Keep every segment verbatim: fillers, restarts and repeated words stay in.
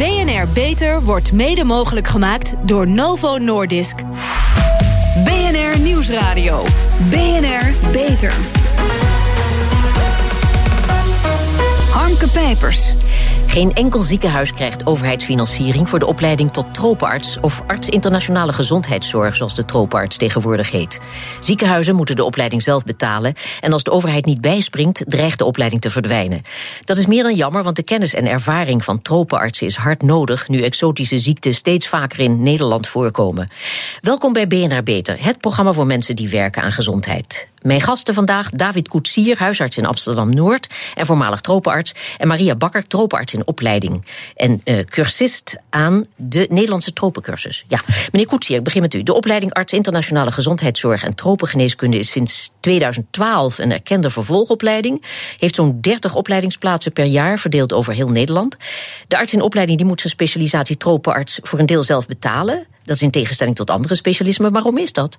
B N R Beter wordt mede mogelijk gemaakt door Novo Nordisk. B N R Nieuwsradio. B N R Beter. Harmke Pijpers. Geen enkel ziekenhuis krijgt overheidsfinanciering voor de opleiding tot tropenarts of arts internationale gezondheidszorg, zoals de tropenarts tegenwoordig heet. Ziekenhuizen moeten de opleiding zelf betalen en als de overheid niet bijspringt, dreigt de opleiding te verdwijnen. Dat is meer dan jammer, want de kennis en ervaring van tropenartsen is hard nodig nu exotische ziekten steeds vaker in Nederland voorkomen. Welkom bij B N R Beter, het programma voor mensen die werken aan gezondheid. Mijn gasten vandaag, David Koetsier, huisarts in Amsterdam-Noord en voormalig tropenarts, en Maria Bakker, tropenarts in opleiding en uh, cursist aan de Nederlandse tropencursus. Ja, meneer Koetsier, ik begin met u. De opleiding arts internationale gezondheidszorg en tropengeneeskunde is sinds tweeduizend twaalf een erkende vervolgopleiding, heeft zo'n dertig opleidingsplaatsen per jaar verdeeld over heel Nederland. De arts in opleiding die moet zijn specialisatie tropenarts voor een deel zelf betalen. Dat is in tegenstelling tot andere specialismen. Waarom is dat?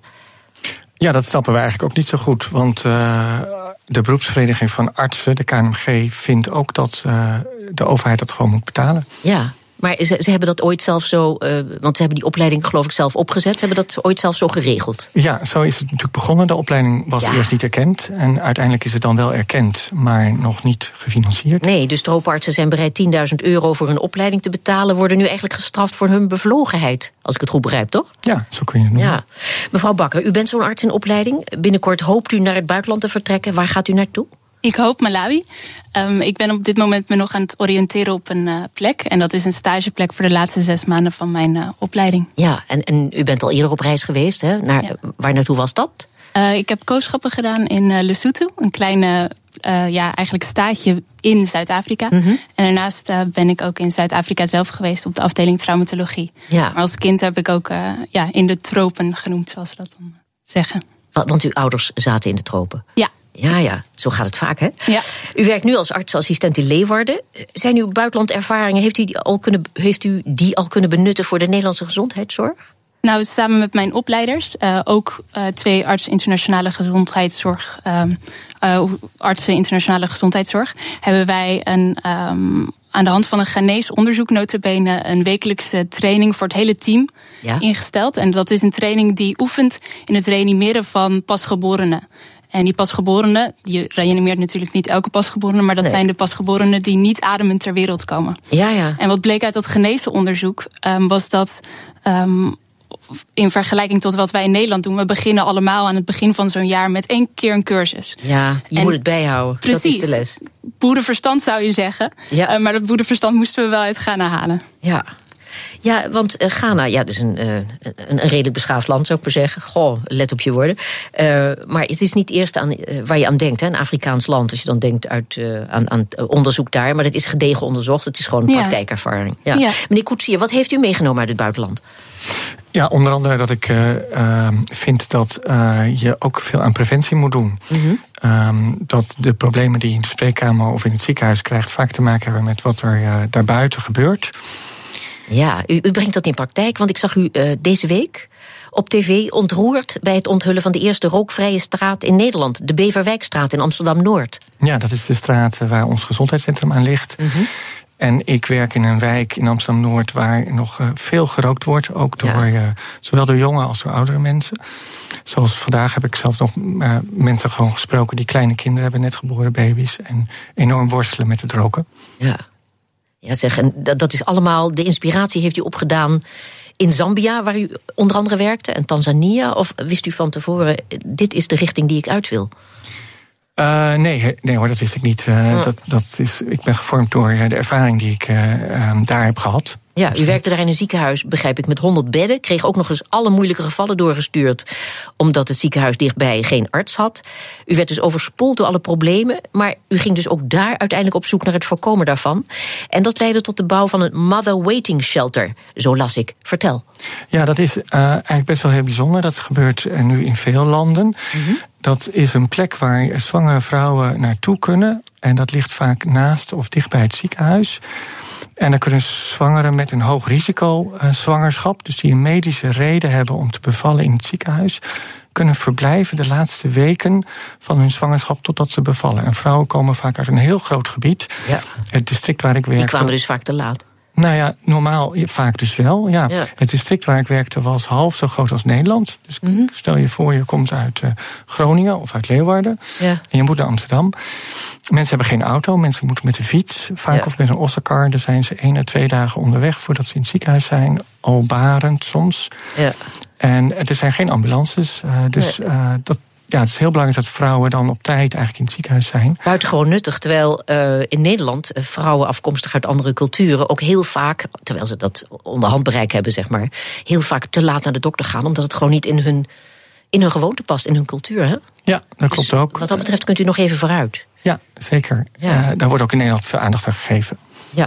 Ja, dat snappen we eigenlijk ook niet zo goed. Want uh, de beroepsvereniging van artsen, de K N M G, vindt ook dat uh, de overheid dat gewoon moet betalen. Ja, maar ze, ze hebben dat ooit zelf zo, uh, want ze hebben die opleiding geloof ik zelf opgezet. Ze hebben dat ooit zelf zo geregeld. Ja, zo is het natuurlijk begonnen. De opleiding was ja. eerst niet erkend. En uiteindelijk is het dan wel erkend, maar nog niet gefinancierd. Nee, dus tropenartsen zijn bereid tienduizend euro voor een opleiding te betalen, worden nu eigenlijk gestraft voor hun bevlogenheid. Als ik het goed begrijp, toch? Ja, zo kun je het noemen. Ja. Mevrouw Bakker, u bent zo'n arts in opleiding. Binnenkort hoopt u naar het buitenland te vertrekken. Waar gaat u naartoe? Ik hoop Malawi. Um, ik ben op dit moment me nog aan het oriënteren op een uh, plek. En dat is een stageplek voor de laatste zes maanden van mijn uh, opleiding. Ja, en, en u bent al eerder op reis geweest, hè? Naar, ja. Waar naartoe was dat? Uh, ik heb kooschappen gedaan in uh, Lesotho. Een kleine, uh, ja, eigenlijk staatje in Zuid-Afrika. Mm-hmm. En daarnaast uh, ben ik ook in Zuid-Afrika zelf geweest op de afdeling traumatologie. Ja. Maar als kind heb ik ook uh, ja, in de tropen genoemd, zoals ze dat dan zeggen. Want uw ouders zaten in de tropen? Ja. Ja, ja, zo gaat het vaak, hè? Ja. U werkt nu als artsassistent in Leeuwarden. Zijn uw buitenlandervaringen, heeft u, die al kunnen, heeft u die al kunnen benutten voor de Nederlandse gezondheidszorg? Nou, samen met mijn opleiders, uh, ook uh, twee artsen internationale gezondheidszorg, uh, uh, artsen internationale gezondheidszorg, hebben wij een, um, aan de hand van een Ghanese onderzoek, nota bene, een wekelijkse training voor het hele team ja. ingesteld. En dat is een training die oefent in het reanimeren van pasgeborenen. En die pasgeborenen, die reanimeert natuurlijk niet elke pasgeborene, maar dat nee. zijn de pasgeborenen die niet ademend ter wereld komen. Ja, ja. En wat bleek uit dat Ghanese onderzoek, um, was dat Um, in vergelijking tot wat wij in Nederland doen, we beginnen allemaal aan het begin van zo'n jaar met één keer een cursus. Ja, je en moet het bijhouden. Precies. Dat is de les. Boerenverstand zou je zeggen. Ja. Uh, maar dat boerenverstand moesten we wel uit Ghana halen. Ja. Ja, want uh, Ghana, ja, dat is een, uh, een, een redelijk beschaafd land, zou ik maar zeggen. Goh, let op je woorden. Uh, maar het is niet eerst aan, uh, waar je aan denkt, hè, een Afrikaans land. Als je dan denkt uit, uh, aan, aan onderzoek daar. Maar dat is gedegen onderzocht. Het is gewoon een praktijkervaring. Ja. Ja. Meneer Koetsier, wat heeft u meegenomen uit het buitenland? Ja, onder andere dat ik uh, uh, vind dat uh, je ook veel aan preventie moet doen. Mm-hmm. Um, dat de problemen die je in de spreekkamer of in het ziekenhuis krijgt vaak te maken hebben met wat er uh, daarbuiten gebeurt. Ja, u, u brengt dat in praktijk, want ik zag u uh, deze week op tv ontroerd bij het onthullen van de eerste rookvrije straat in Nederland, de Beverwijkstraat in Amsterdam-Noord. Ja, dat is de straat waar ons gezondheidscentrum aan ligt. Mm-hmm. En ik werk in een wijk in Amsterdam-Noord waar nog uh, veel gerookt wordt, ook door ja. uh, zowel door jonge als door oudere mensen. Zoals vandaag heb ik zelfs nog uh, mensen gewoon gesproken die kleine kinderen hebben, net geboren baby's, en enorm worstelen met het roken. Ja. Ja, zeg, en dat, dat is allemaal, de inspiratie heeft u opgedaan in Zambia, waar u onder andere werkte, en Tanzania? Of wist u van tevoren, dit is de richting die ik uit wil? Uh, nee, nee hoor, dat wist ik niet. Uh, hm. dat, dat is, ik ben gevormd door de ervaring die ik uh, um, daar heb gehad. Ja, u werkte daar in een ziekenhuis, begrijp ik, met honderd bedden. Kreeg ook nog eens alle moeilijke gevallen doorgestuurd, omdat het ziekenhuis dichtbij geen arts had. U werd dus overspoeld door alle problemen, maar u ging dus ook daar uiteindelijk op zoek naar het voorkomen daarvan. En dat leidde tot de bouw van een Mother Waiting Shelter, zo las ik. Vertel. Ja, dat is uh, eigenlijk best wel heel bijzonder. Dat gebeurt uh, nu in veel landen. Mm-hmm. Dat is een plek waar zwangere vrouwen naartoe kunnen. En dat ligt vaak naast of dicht bij het ziekenhuis. En dan kunnen zwangeren met een hoog risico uh, zwangerschap, dus die een medische reden hebben om te bevallen in het ziekenhuis, kunnen verblijven de laatste weken van hun zwangerschap totdat ze bevallen. En vrouwen komen vaak uit een heel groot gebied. Ja. Het district waar ik werk. Die kwamen dus vaak te laat. Nou ja, normaal vaak dus wel. Ja. Ja. Het district waar ik werkte was half zo groot als Nederland. Dus Mm-hmm. stel je voor, je komt uit uh, Groningen of uit Leeuwarden. Ja. En je moet naar Amsterdam. Mensen hebben geen auto, mensen moeten met de fiets. Vaak Ja. of met een ossencar. Dan zijn ze één à twee dagen onderweg voordat ze in het ziekenhuis zijn. Al barend soms. Ja. En er zijn geen ambulances. Uh, dus Nee. uh, dat, ja, het is heel belangrijk dat vrouwen dan op tijd eigenlijk in het ziekenhuis zijn. Buitengewoon nuttig, terwijl uh, in Nederland uh, vrouwen afkomstig uit andere culturen ook heel vaak, terwijl ze dat onder handbereik hebben, zeg maar, heel vaak te laat naar de dokter gaan, omdat het gewoon niet in hun, in hun gewoonte past, in hun cultuur. Hè? Ja, dat klopt Dus ook. Wat dat betreft kunt u nog even vooruit. Ja, zeker. Ja. Uh, daar wordt ook in Nederland veel aandacht aan gegeven. Ja.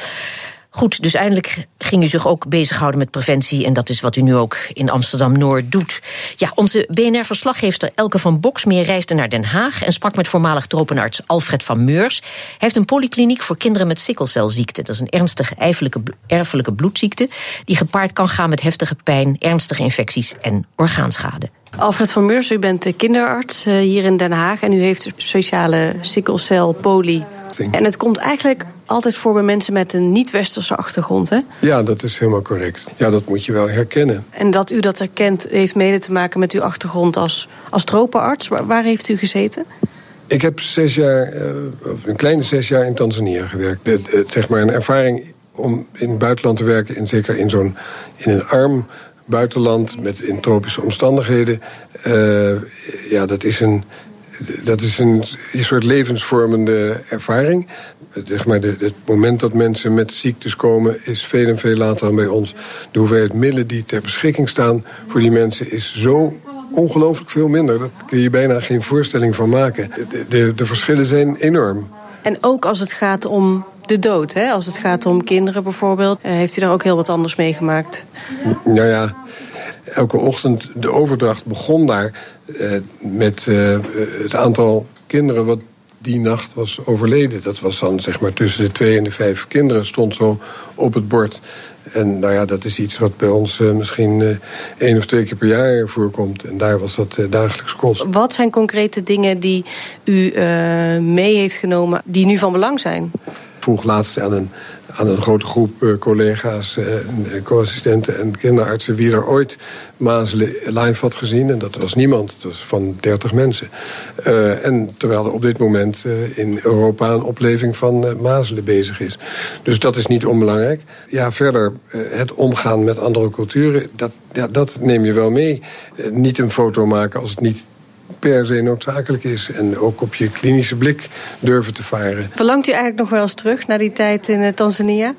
Goed, dus eindelijk ging u zich ook bezighouden met preventie, en dat is wat u nu ook in Amsterdam-Noord doet. Ja, onze B N R-verslaggeefster Elke van Boxmeer reisde naar Den Haag en sprak met voormalig tropenarts Alfred van Meurs. Hij heeft een polykliniek voor kinderen met sikkelcelziekte. Dat is een ernstige erfelijke, erfelijke bloedziekte die gepaard kan gaan met heftige pijn, ernstige infecties en orgaanschade. Alfred van Meurs, u bent kinderarts hier in Den Haag en u heeft een speciale sikkelcel poly. En het komt eigenlijk altijd voor bij mensen met een niet-westerse achtergrond, hè? Ja, dat is helemaal correct. Ja, dat moet je wel herkennen. En dat u dat herkent heeft mede te maken met uw achtergrond als, als tropenarts. Waar, waar heeft u gezeten? Ik heb zes jaar, uh, een kleine zes jaar in Tanzania gewerkt. De, de, zeg maar een ervaring om in het buitenland te werken, en zeker in zo'n in een arm buitenland met in tropische omstandigheden. Uh, ja, dat is een. Dat is een, een soort levensvormende ervaring. Zeg maar de, het moment dat mensen met ziektes komen is veel en veel later dan bij ons. De hoeveelheid middelen die ter beschikking staan voor die mensen is zo ongelooflijk veel minder. Daar kun je bijna geen voorstelling van maken. De, de, de verschillen zijn enorm. En ook als het gaat om de dood, hè? Als het gaat om kinderen bijvoorbeeld, heeft u daar ook heel wat anders meegemaakt? Nou ja, elke ochtend de overdracht begon daar uh, met uh, het aantal kinderen wat die nacht was overleden. Dat was dan zeg maar tussen de twee en de vijf kinderen stond zo op het bord. En nou ja, dat is iets wat bij ons uh, misschien uh, één of twee keer per jaar voorkomt. En daar was dat uh, dagelijks kost. Wat zijn concrete dingen die u uh, mee heeft genomen die nu van belang zijn? Ik vroeg laatst aan een, aan een grote groep uh, collega's, uh, co-assistenten en kinderartsen wie er ooit mazelen live had gezien. En dat was niemand. Het was van dertig mensen. Uh, en terwijl er op dit moment uh, in Europa een opleving van uh, mazelen bezig is. Dus dat is niet onbelangrijk. Ja, verder uh, het omgaan met andere culturen, dat, ja, dat neem je wel mee. Uh, niet een foto maken als het niet per se noodzakelijk is. En ook op je klinische blik durven te varen. Verlangt u eigenlijk nog wel eens terug naar die tijd in uh, Tanzania?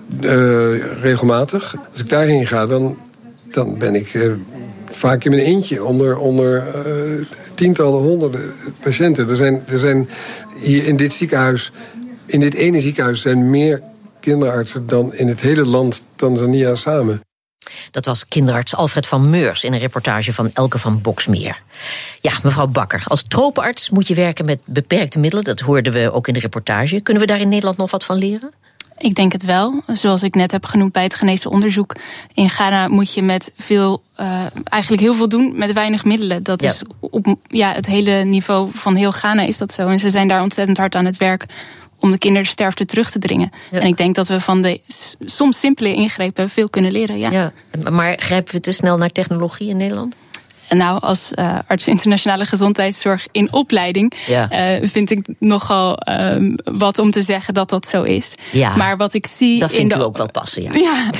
Uh, regelmatig. Als ik daarheen ga, dan, dan ben ik uh, vaak in mijn eentje onder, onder uh, tientallen, honderden patiënten. Er zijn, er zijn hier in dit ziekenhuis, in dit ene ziekenhuis zijn meer kinderartsen dan in het hele land Tanzania samen. Dat was kinderarts Alfred van Meurs in een reportage van Elke van Boxmeer. Ja, mevrouw Bakker, als tropenarts moet je werken met beperkte middelen. Dat hoorden we ook in de reportage. Kunnen we daar in Nederland nog wat van leren? Ik denk het wel. Zoals ik net heb genoemd bij het geneesonderzoek onderzoek. In Ghana moet je met veel, uh, eigenlijk heel veel doen met weinig middelen. Dat ja. is op ja, het hele niveau van heel Ghana is dat zo. En ze zijn daar ontzettend hard aan het werk om de kindersterfte terug te dringen. Ja. En ik denk dat we van de soms simpele ingrepen veel kunnen leren. Ja. Ja, maar grijpen we te snel naar technologie in Nederland? Nou, als uh, arts internationale gezondheidszorg in opleiding ja. uh, vind ik nogal uh, wat om te zeggen dat dat zo is. Ja, maar wat ik zie dat in vind de ik ook wel passen. Ja. ja.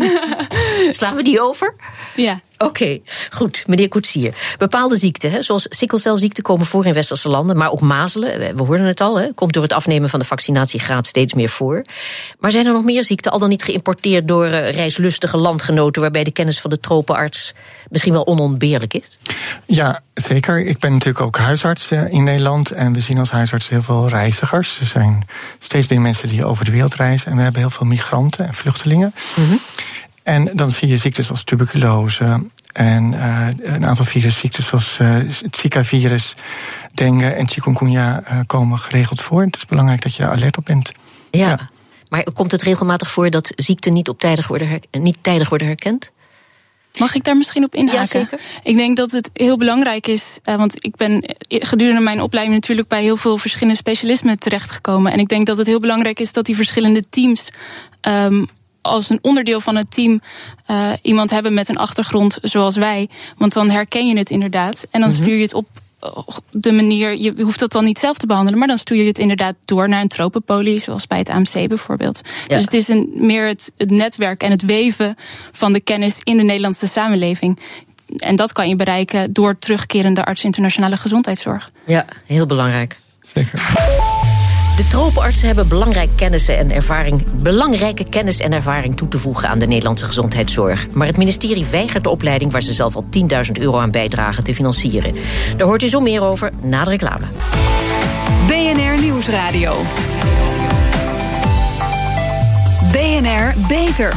Slaan we die over? Ja. Oké, okay, goed, meneer Koetsier. Bepaalde ziekten, hè, zoals sikkelcelziekten, komen voor in westerse landen. Maar ook mazelen, we hoorden het al, hè, komt door het afnemen van de vaccinatiegraad steeds meer voor. Maar zijn er nog meer ziekten, al dan niet geïmporteerd door uh, reislustige landgenoten, waarbij de kennis van de tropenarts misschien wel onontbeerlijk is? Ja, zeker. Ik ben natuurlijk ook huisarts in Nederland. En we zien als huisarts heel veel reizigers. Er zijn steeds meer mensen die over de wereld reizen. En we hebben heel veel migranten en vluchtelingen. Mm-hmm. En dan zie je ziektes als tuberculose en uh, een aantal virusziektes zoals uh, het Zika-virus, dengue en chikungunya uh, komen geregeld voor. Het is belangrijk dat je daar alert op bent. Ja, ja. Maar komt het regelmatig voor dat ziekten niet, op tijdig, worden her- niet tijdig worden herkend? Mag ik daar misschien op inhaken? Ja, zeker. Ik denk dat het heel belangrijk is, uh, want ik ben gedurende mijn opleiding natuurlijk bij heel veel verschillende specialismen terechtgekomen. En ik denk dat het heel belangrijk is dat die verschillende teams Um, als een onderdeel van het team uh, iemand hebben met een achtergrond zoals wij. Want dan herken je het inderdaad. En dan stuur je het op de manier, je hoeft dat dan niet zelf te behandelen, maar dan stuur je het inderdaad door naar een tropenpolie, zoals bij het A M C bijvoorbeeld. Ja. Dus het is een, meer het, het netwerk en het weven van de kennis in de Nederlandse samenleving. En dat kan je bereiken door terugkerende artsen internationale gezondheidszorg. Ja, heel belangrijk. Zeker. De tropenartsen hebben belangrijke kennis en ervaring, belangrijke kennis en ervaring toe te voegen aan de Nederlandse gezondheidszorg. Maar het ministerie weigert de opleiding waar ze zelf al tienduizend euro aan bijdragen te financieren. Daar hoort u zo meer over na de reclame. B N R Nieuwsradio. B N R Beter.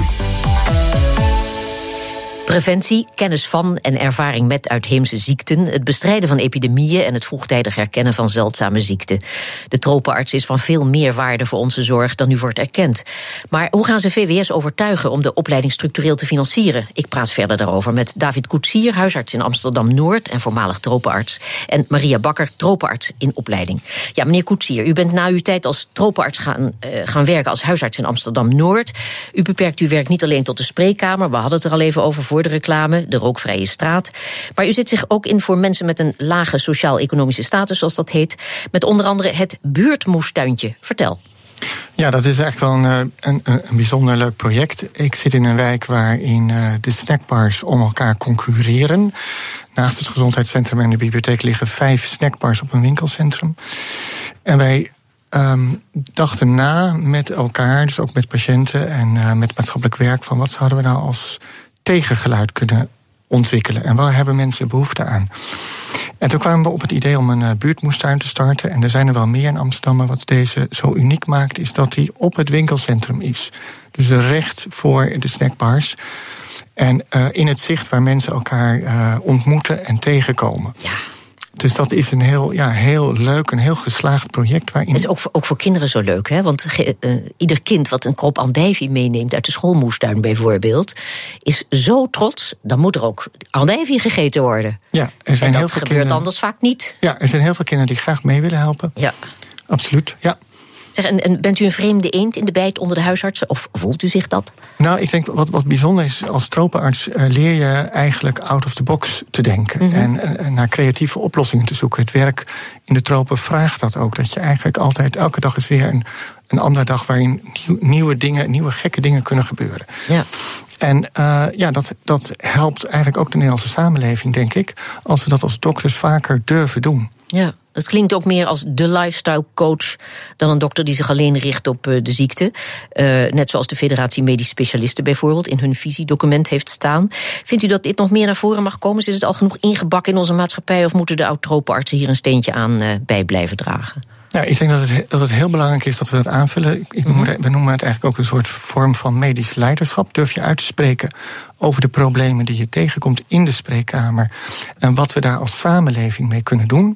Preventie, kennis van en ervaring met uitheemse ziekten, het bestrijden van epidemieën en het vroegtijdig herkennen van zeldzame ziekten. De tropenarts is van veel meer waarde voor onze zorg dan nu wordt erkend. Maar hoe gaan ze V W S overtuigen om de opleiding structureel te financieren? Ik praat verder daarover met David Koetsier, huisarts in Amsterdam-Noord en voormalig tropenarts, en Maria Bakker, tropenarts in opleiding. Ja, meneer Koetsier, u bent na uw tijd als tropenarts gaan, uh, gaan werken als huisarts in Amsterdam-Noord. U beperkt uw werk niet alleen tot de spreekkamer, we hadden het er al even over voor de reclame, de rookvrije straat. Maar u zet zich ook in voor mensen met een lage sociaal-economische status, zoals dat heet, met onder andere het buurtmoestuintje. Vertel. Ja, dat is eigenlijk wel een, een, een bijzonder leuk project. Ik zit in een wijk waarin uh, de snackbars om elkaar concurreren. Naast het gezondheidscentrum en de bibliotheek liggen vijf snackbars op een winkelcentrum. En wij Um, dachten na met elkaar, dus ook met patiënten en uh, met maatschappelijk werk, van wat zouden we nou als tegengeluid kunnen ontwikkelen en waar hebben mensen behoefte aan. En toen kwamen we op het idee om een uh, buurtmoestuin te starten. En er zijn er wel meer in Amsterdam, maar wat deze zo uniek maakt is dat die op het winkelcentrum is. Dus recht voor de snackbars. En uh, in het zicht waar mensen elkaar uh, ontmoeten en tegenkomen. Ja. Dus dat is een heel, ja, heel leuk, een heel geslaagd project. Waarin... Het is ook voor, ook voor kinderen zo leuk, hè? Want ge, uh, ieder kind wat een krop andijvie meeneemt uit de schoolmoestuin bijvoorbeeld, is zo trots, dan moet er ook andijvie gegeten worden. Ja, er zijn en dat heel veel gebeurt kinderen... anders vaak niet. Ja, er zijn heel veel kinderen die graag mee willen helpen. Ja. Absoluut, ja. Zeg, en, en bent u een vreemde eend in de bijt onder de huisartsen? Of voelt u zich dat? Nou, ik denk wat, wat bijzonder is, als tropenarts uh, leer je eigenlijk out of the box te denken. Mm-hmm. En uh, naar creatieve oplossingen te zoeken. Het werk in de tropen vraagt dat ook. Dat je eigenlijk altijd, elke dag is weer een, een andere dag waarin nieuw, nieuwe dingen, nieuwe gekke dingen kunnen gebeuren. Ja. En uh, ja, dat, dat helpt eigenlijk ook de Nederlandse samenleving, denk ik, als we dat als dokters vaker durven doen. Ja. Het klinkt ook meer als de lifestyle coach dan een dokter die zich alleen richt op de ziekte. Uh, net zoals de Federatie Medisch Specialisten bijvoorbeeld in hun visiedocument heeft staan. Vindt u dat dit nog meer naar voren mag komen? Zit het al genoeg ingebakken in onze maatschappij of moeten de oud-tropenartsen hier een steentje aan uh, bij blijven dragen? Ja, ik denk dat het, dat het heel belangrijk is dat we dat aanvullen. Ik, ik mm-hmm. We noemen het eigenlijk ook een soort vorm van medisch leiderschap. Durf je uit te spreken over de problemen die je tegenkomt in de spreekkamer en wat we daar als samenleving mee kunnen doen.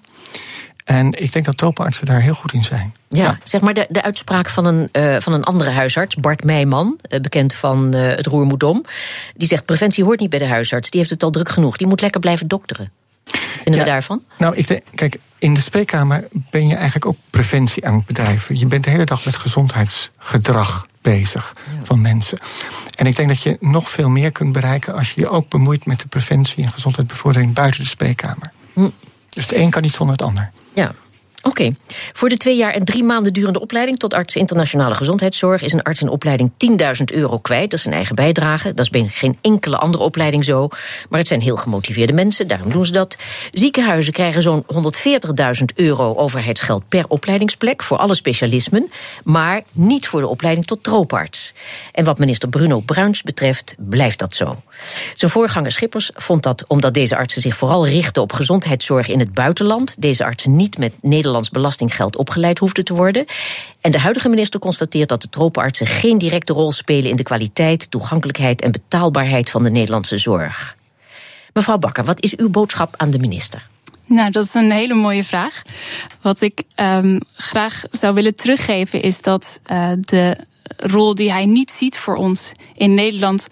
En ik denk dat tropenartsen daar heel goed in zijn. Ja, ja. Zeg maar de, de uitspraak van een, uh, van een andere huisarts, Bart Meijman, uh, bekend van uh, het Roermoedom. Die zegt, preventie hoort niet bij de huisarts. Die heeft het al druk genoeg. Die moet lekker blijven dokteren. Vinden ja, we daarvan? Nou, ik denk, kijk, in de spreekkamer ben je eigenlijk ook preventie aan het bedrijven. Je bent de hele dag met gezondheidsgedrag bezig ja. van mensen. En ik denk dat je nog veel meer kunt bereiken als je je ook bemoeit met de preventie en gezondheidsbevordering buiten de spreekkamer. Hm. Dus het een kan niet zonder het ander. Ja. Oké. Okay. Voor de twee jaar en drie maanden durende opleiding tot arts internationale gezondheidszorg is een arts in opleiding tienduizend euro kwijt. Dat is zijn eigen bijdrage. Dat is bij geen enkele andere opleiding zo. Maar het zijn heel gemotiveerde mensen, daarom doen ze dat. Ziekenhuizen krijgen zo'n honderdveertigduizend euro overheidsgeld per opleidingsplek voor alle specialismen, maar niet voor de opleiding tot tropenarts. En wat minister Bruno Bruins betreft blijft dat zo. Zijn voorganger Schippers vond dat omdat deze artsen zich vooral richten op gezondheidszorg in het buitenland, deze artsen niet met Nederlands belastinggeld opgeleid hoefden te worden. En de huidige minister constateert dat de tropenartsen geen directe rol spelen in de kwaliteit, toegankelijkheid en betaalbaarheid van de Nederlandse zorg. Mevrouw Bakker, wat is uw boodschap aan de minister? Nou, dat is een hele mooie vraag. Wat ik um, graag zou willen teruggeven is dat uh, de rol die hij niet ziet voor ons in Nederland,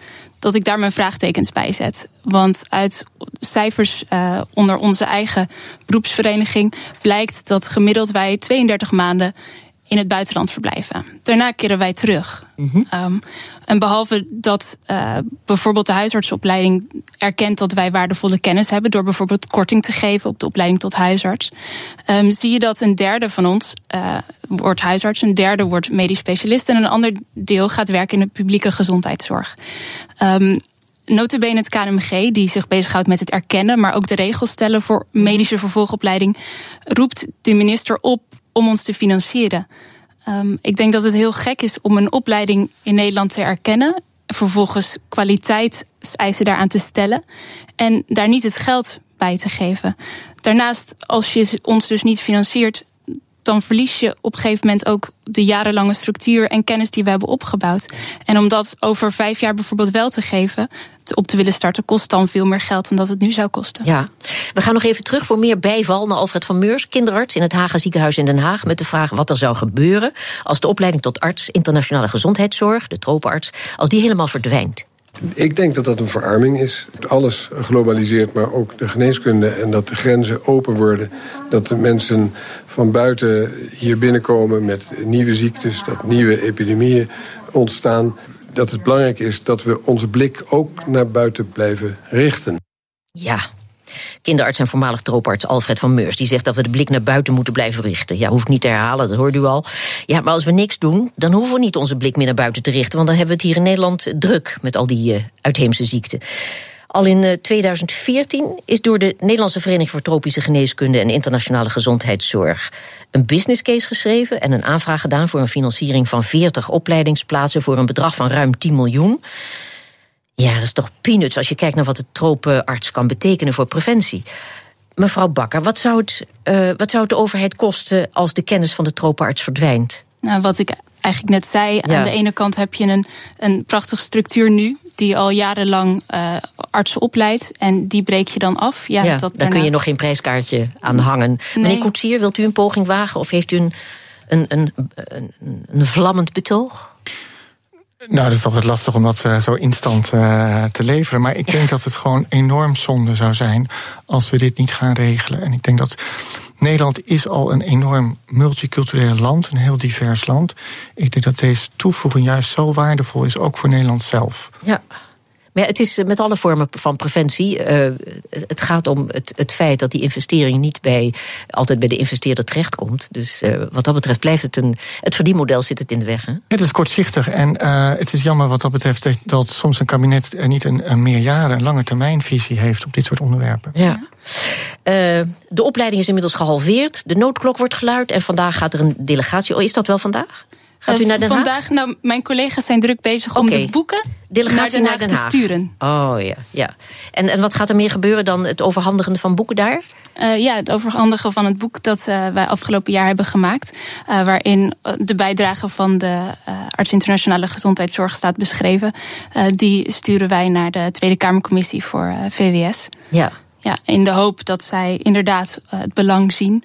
dat ik daar mijn vraagtekens bij zet. Want uit cijfers uh, onder onze eigen beroepsvereniging blijkt dat gemiddeld wij tweeëndertig maanden in het buitenland verblijven. Daarna keren wij terug. Mm-hmm. Um, en behalve dat uh, bijvoorbeeld de huisartsopleiding erkent dat wij waardevolle kennis hebben door bijvoorbeeld korting te geven op de opleiding tot huisarts, um, zie je dat een derde van ons uh, wordt huisarts, een derde wordt medisch specialist en een ander deel gaat werken in de publieke gezondheidszorg. Um, Nota bene het K N M G, die zich bezighoudt met het erkennen, maar ook de regels stellen voor medische vervolgopleiding, roept de minister op om ons te financieren. Um, ik denk dat het heel gek is om een opleiding in Nederland te erkennen, vervolgens kwaliteitseisen daaraan te stellen en daar niet het geld bij te geven. Daarnaast, als je ons dus niet financiert, dan verlies je op een gegeven moment ook de jarenlange structuur en kennis die we hebben opgebouwd. En om dat over vijf jaar bijvoorbeeld wel te geven, op te willen starten, kost dan veel meer geld dan dat het nu zou kosten. Ja, we gaan nog even terug voor meer bijval naar Alfred van Meurs, kinderarts in het Haga Ziekenhuis in Den Haag, met de vraag wat er zou gebeuren als de opleiding tot arts internationale gezondheidszorg, de tropenarts, als die helemaal verdwijnt. Ik denk dat dat een verarming is. Alles globaliseert, maar ook de geneeskunde. En dat de grenzen open worden. Dat de mensen van buiten hier binnenkomen met nieuwe ziektes. Dat nieuwe epidemieën ontstaan. Dat het belangrijk is dat we onze blik ook naar buiten blijven richten. Ja. Kinderarts en voormalig tropenarts Alfred van Meurs, die zegt dat we de blik naar buiten moeten blijven richten. Ja, hoef ik niet te herhalen, dat hoort u al. Ja, maar als we niks doen, dan hoeven we niet onze blik meer naar buiten te richten, want dan hebben we het hier in Nederland druk met al die uh, uitheemse ziekten. Al in uh, tweeduizend veertien is door de Nederlandse Vereniging voor Tropische Geneeskunde en Internationale Gezondheidszorg een business case geschreven en een aanvraag gedaan voor een financiering van veertig opleidingsplaatsen voor een bedrag van ruim tien miljoen. Ja, dat is toch peanuts als je kijkt naar wat de tropenarts kan betekenen voor preventie. Mevrouw Bakker, wat zou het, uh, wat zou het de overheid kosten als de kennis van de tropenarts verdwijnt? Nou, wat ik eigenlijk net zei, ja. Aan de ene kant heb je een, een prachtige structuur nu die al jarenlang uh, artsen opleidt en die breek je dan af. Ja, ja, dat daar daarna... kun je nog geen prijskaartje aan hangen. Nee. Meneer Koetsier, wilt u een poging wagen of heeft u een, een, een, een, een vlammend betoog? Nou, dat is altijd lastig om dat uh, zo instant uh, te leveren. Maar ik denk dat het gewoon enorm zonde zou zijn als we dit niet gaan regelen. En ik denk dat Nederland is al een enorm multicultureel land, een heel divers land. Ik denk dat deze toevoeging juist zo waardevol is, ook voor Nederland zelf. Ja. Maar ja, het is met alle vormen van preventie. Uh, het gaat om het, het feit dat die investering niet bij, altijd bij de investeerder terechtkomt. Dus uh, wat dat betreft blijft het een. Het verdienmodel zit het in de weg. Hè? Het is kortzichtig en uh, het is jammer wat dat betreft dat, dat soms een kabinet er niet een, een meerjaren, een lange termijnvisie heeft op dit soort onderwerpen. Ja. Uh, de opleiding is inmiddels gehalveerd. De noodklok wordt geluid en vandaag gaat er een delegatie. Oh, is dat wel vandaag? Gaat u naar Den Haag? Vandaag, nou, mijn collega's zijn druk bezig om okay. de boeken delegatie naar Den Haag, naar Den Haag te sturen. Oh ja, ja. En, en wat gaat er meer gebeuren dan het overhandigen van boeken daar? Uh, ja, het overhandigen van het boek dat uh, wij afgelopen jaar hebben gemaakt. Uh, waarin de bijdrage van de uh, Arts Internationale Gezondheidszorg staat beschreven. Uh, die sturen wij naar de Tweede Kamercommissie voor uh, V W S. Ja. Ja, in de hoop dat zij inderdaad uh, het belang zien.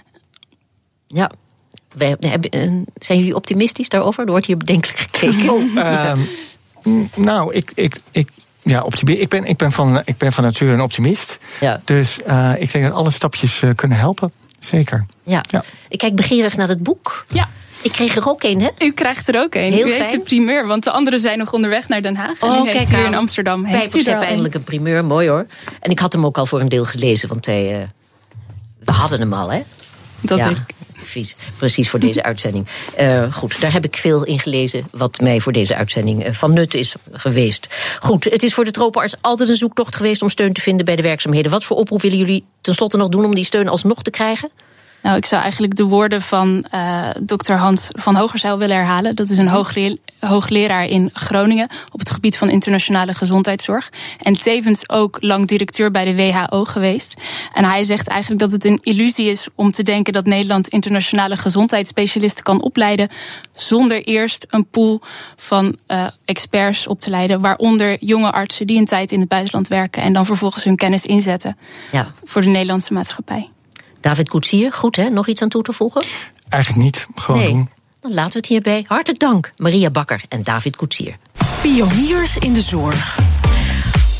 Ja. Wij, zijn jullie optimistisch daarover? Er wordt hier bedenkelijk gekeken. Oh, uh, ja. Nou, ik, ik, ik, ja, optimi- ik, ben, ik, ben van, ik ben van nature een optimist. Ja. Dus uh, ik denk dat alle stapjes uh, kunnen helpen. Zeker. Ja. ja. Ik kijk begeerig naar het boek. Ja. Ik kreeg er ook een, hè? U krijgt er ook een. Heel u fijn. heeft de primeur, want de anderen zijn nog onderweg naar Den Haag. En oh, u heeft kijk hier in Amsterdam. Pijpers hebben eindelijk een primeur, mooi hoor. En ik had hem ook al voor een deel gelezen, want hij, uh, we hadden hem al, hè? Dat ja. ik. Precies, precies voor deze uitzending. Uh, goed, daar heb ik veel in gelezen wat mij voor deze uitzending uh, van nut is geweest. Goed, het is voor de tropenarts altijd een zoektocht geweest om steun te vinden bij de werkzaamheden. Wat voor oproep willen jullie tenslotte nog doen om die steun alsnog te krijgen? Nou, ik zou eigenlijk de woorden van uh, dokter Hans van Hogerzijl willen herhalen. Dat is een hoogleer, hoogleraar in Groningen op het gebied van internationale gezondheidszorg. En tevens ook lang directeur bij de W H O geweest. En hij zegt eigenlijk dat het een illusie is om te denken dat Nederland internationale gezondheidsspecialisten kan opleiden zonder eerst een pool van uh, experts op te leiden, waaronder jonge artsen die een tijd in het buitenland werken en dan vervolgens hun kennis inzetten ja. voor de Nederlandse maatschappij. David Koetsier, goed hè? Nog iets aan toe te voegen? Eigenlijk niet, gewoon nee. doen. Dan laten we het hierbij. Hartelijk dank, Maria Bakker en David Koetsier. Pioniers in de zorg.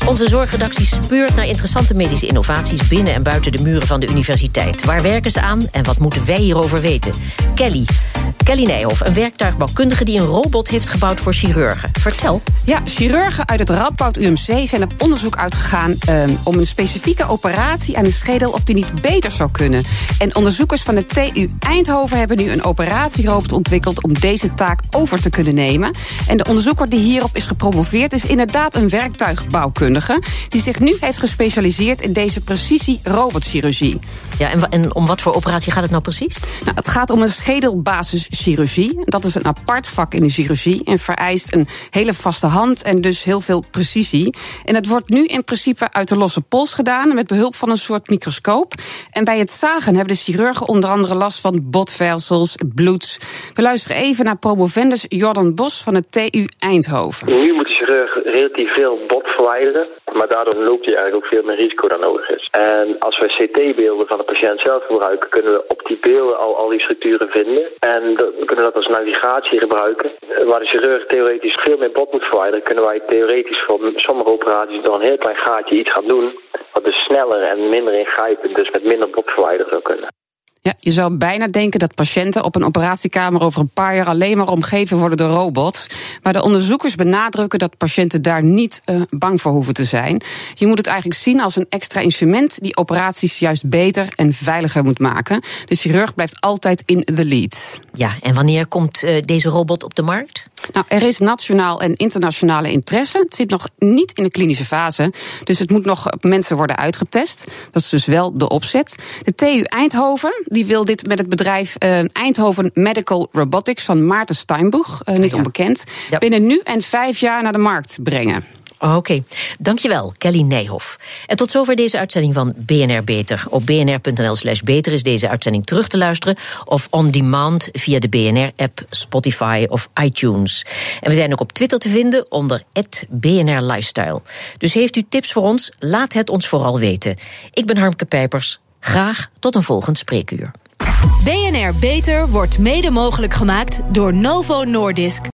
Onze zorgredactie speurt naar interessante medische innovaties binnen en buiten de muren van de universiteit. Waar werken ze aan en wat moeten wij hierover weten? Kelly. Kelly Nijhoff, een werktuigbouwkundige die een robot heeft gebouwd voor chirurgen. Vertel. Ja, chirurgen uit het Radboud U M C zijn op onderzoek uitgegaan uh, om een specifieke operatie aan de schedel of die niet beter zou kunnen. En onderzoekers van de T U Eindhoven hebben nu een operatierobot ontwikkeld om deze taak over te kunnen nemen. En de onderzoeker die hierop is gepromoveerd is inderdaad een werktuigbouwkundige die zich nu heeft gespecialiseerd in deze precisie-robotchirurgie. Ja, en, en om wat voor operatie gaat het nou precies? Nou, het gaat om een schedelbasischirurgie. Dat is een apart vak in de chirurgie en vereist een hele vaste hand en dus heel veel precisie. En het wordt nu in principe uit de losse pols gedaan met behulp van een soort microscoop. En bij het zagen hebben de chirurgen onder andere last van botvezels, bloed. We luisteren even naar promovendus Jordan Bos van het T U Eindhoven. Nu moet de chirurg relatief veel bot verwijderen, maar daardoor loopt hij eigenlijk ook veel meer risico dan nodig is. En als we C T-beelden van de patiënt zelf gebruiken, kunnen we op die beelden al al die structuren vinden. En we kunnen dat als navigatie gebruiken. Waar de chirurg theoretisch veel meer bot moet verwijderen, kunnen wij theoretisch voor sommige operaties door een heel klein gaatje iets gaan doen, wat dus sneller en minder ingrijpend, dus met minder bot verwijderd zou kunnen. Ja, je zou bijna denken dat patiënten op een operatiekamer over een paar jaar alleen maar omgeven worden door robots. Maar de onderzoekers benadrukken dat patiënten daar niet uh, bang voor hoeven te zijn. Je moet het eigenlijk zien als een extra instrument die operaties juist beter en veiliger moet maken. De chirurg blijft altijd in the lead. Ja, en wanneer komt uh, deze robot op de markt? Nou, er is nationaal en internationale interesse. Het zit nog niet in de klinische fase, dus het moet nog op mensen worden uitgetest. Dat is dus wel de opzet. De T U Eindhoven die wil dit met het bedrijf uh, Eindhoven Medical Robotics van Maarten Steinboeg, uh, niet ja. onbekend, ja. binnen nu en vijf jaar naar de markt brengen. Oké, okay. Dankjewel, Kelly Nijhoff. En tot zover deze uitzending van B N R Beter. Op bnr.nl slash beter is deze uitzending terug te luisteren of on demand via de B N R-app, Spotify of iTunes. En we zijn ook op Twitter te vinden onder at B N R Lifestyle. Dus heeft u tips voor ons? Laat het ons vooral weten. Ik ben Harmke Pijpers. Graag tot een volgend spreekuur. B N R Beter wordt mede mogelijk gemaakt door Novo Nordisk.